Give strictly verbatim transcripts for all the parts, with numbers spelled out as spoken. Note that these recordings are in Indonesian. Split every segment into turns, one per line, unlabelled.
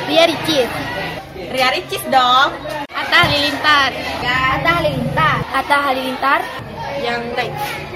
Ria Ricis.
Ria Ricis dong.
Atta Halilintar. Atta Halilintar. Atta Halilintar.
Yang baik.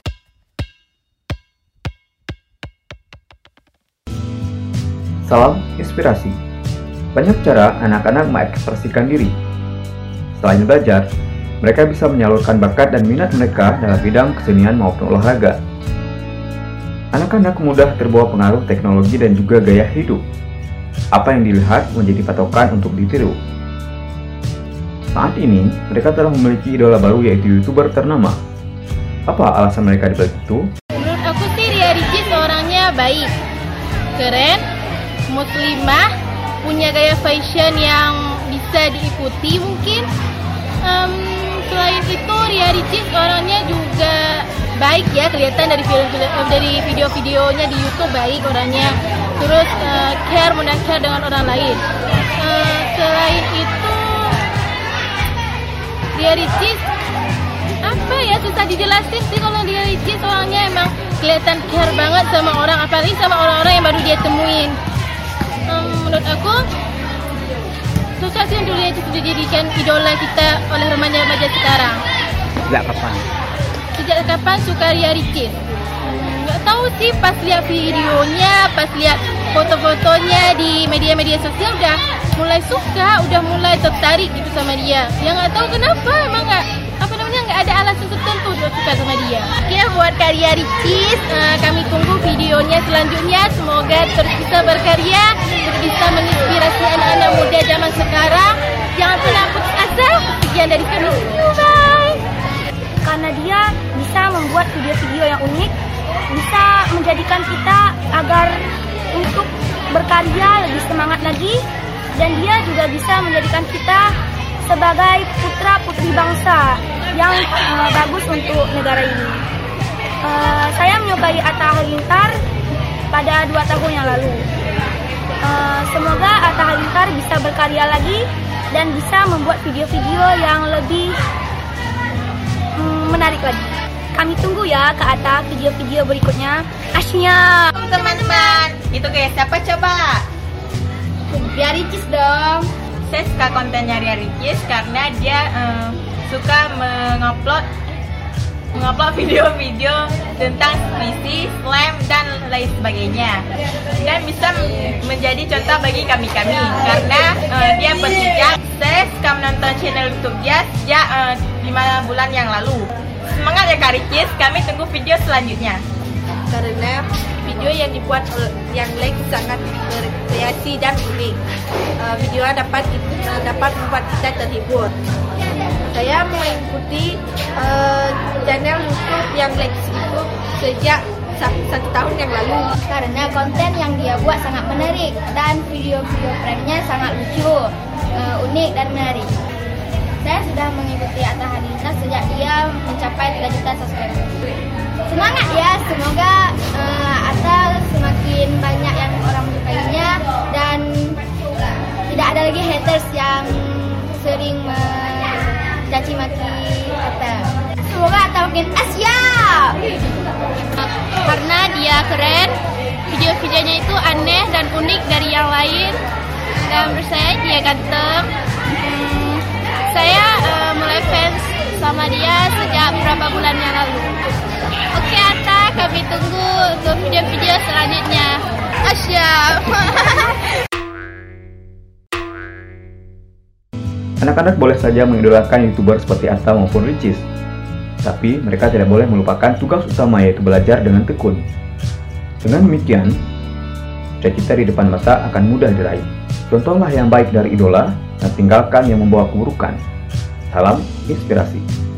Salam inspirasi. Banyak cara anak-anak mengekspresikan diri. Selain belajar, mereka bisa menyalurkan bakat dan minat mereka dalam bidang kesenian maupun olahraga. Anak-anak mudah terbawa pengaruh teknologi dan juga gaya hidup. Apa yang dilihat menjadi patokan untuk ditiru. Saat ini, mereka telah memiliki idola baru yaitu YouTuber ternama. Apa alasan mereka dibalik itu?
Menurut aku sih Ria Ricis orangnya baik, keren, muslimah, punya gaya fashion yang bisa diikuti mungkin. Um, selain itu Ria Ricis orangnya juga baik ya, kelihatan dari video dari video-videonya di YouTube baik orangnya. Terus uh, care, mudah care dengan orang lain. Uh, selain itu Ria Ricis apa ya, susah dijelasin sih kalau Ria Ricis orangnya emang kelihatan care banget sama orang, apalagi sama orang-orang yang baru dia temuin. Um, menurut aku susah sih untuk Ria Ricis dijadikan idola kita oleh remaja-remaja sekarang.
Sejak kapan?
Sejak kapan suka Ria Ricis? Nggak tahu sih, pas lihat videonya, pas lihat foto-fotonya di media-media sosial udah mulai suka, udah mulai tertarik gitu sama dia. Ya nggak tahu kenapa, emang nggak apa namanya nggak ada alasan tertentu untuk suka sama dia. Oke, buat Ria Ricis, uh, kami tunggu videonya selanjutnya. Semoga terus bisa berkarya, terus bisa menginspirasi anak-anak muda zaman sekarang. Jangan pernah putus asa. Sekian dari kami. Bye.
Karena dia bisa membuat video-video yang unik, bisa menjadikan kita agar untuk berkarya lebih semangat lagi, dan dia juga bisa menjadikan kita sebagai putra-putri bangsa yang uh, bagus untuk negara ini. Uh, saya menyukai Atta Halilintar pada dua tahun yang lalu. Uh, semoga Atta Halilintar bisa berkarya lagi dan bisa membuat video-video yang lebih um, menarik lagi. Kami tunggu ya ke Atta video-video berikutnya. Asnya.
Teman-teman, itu kayak siapa coba?
Ria Ricis dong.
Saya suka kontennya Ria Ricis karena dia uh, suka mengupload mengupload video-video tentang puisi, slam, dan lain sebagainya, dan bisa menjadi contoh bagi kami-kami karena uh, dia berjejak. Saya suka menonton channel YouTube dia sejak uh, lima bulan yang lalu. Semangat ya Kak Ricis, kami tunggu video selanjutnya.
Karena video yang dibuat yang Lex sangat berkreasi dan unik. Uh, video dapat uh, dapat membuat kita terhibur. Saya mengikuti uh, channel YouTube yang Lex itu sejak satu tahun yang lalu.
Karena konten yang dia buat sangat menarik dan video-video pranknya sangat lucu, uh, unik dan menarik. Saya sudah mengikuti Atta Halilintar sejak dia mencapai tiga juta subscriber. Semangat ya, semoga uh, Atta semakin banyak yang orang menyukainya dan tidak ada lagi haters yang sering mencaci maki Atta. Semoga Atta makin Asia. Karena dia keren, video-videonya itu aneh dan unik dari yang lain, dan menurut saya dia ganteng. Hmm, saya uh, mulai fans sama dia sejak beberapa bulan yang lalu. Oke Atta, kami tunggu untuk video-video selanjutnya. Asia.
Anak-anak boleh saja mengidolakan YouTuber seperti Atta maupun Ricis, tapi mereka tidak boleh melupakan tugas utama yaitu belajar dengan tekun. Dengan demikian, cita-cita di depan mata akan mudah diraih. Contohlah yang baik dari idola dan tinggalkan yang membawa keburukan. Salam inspirasi.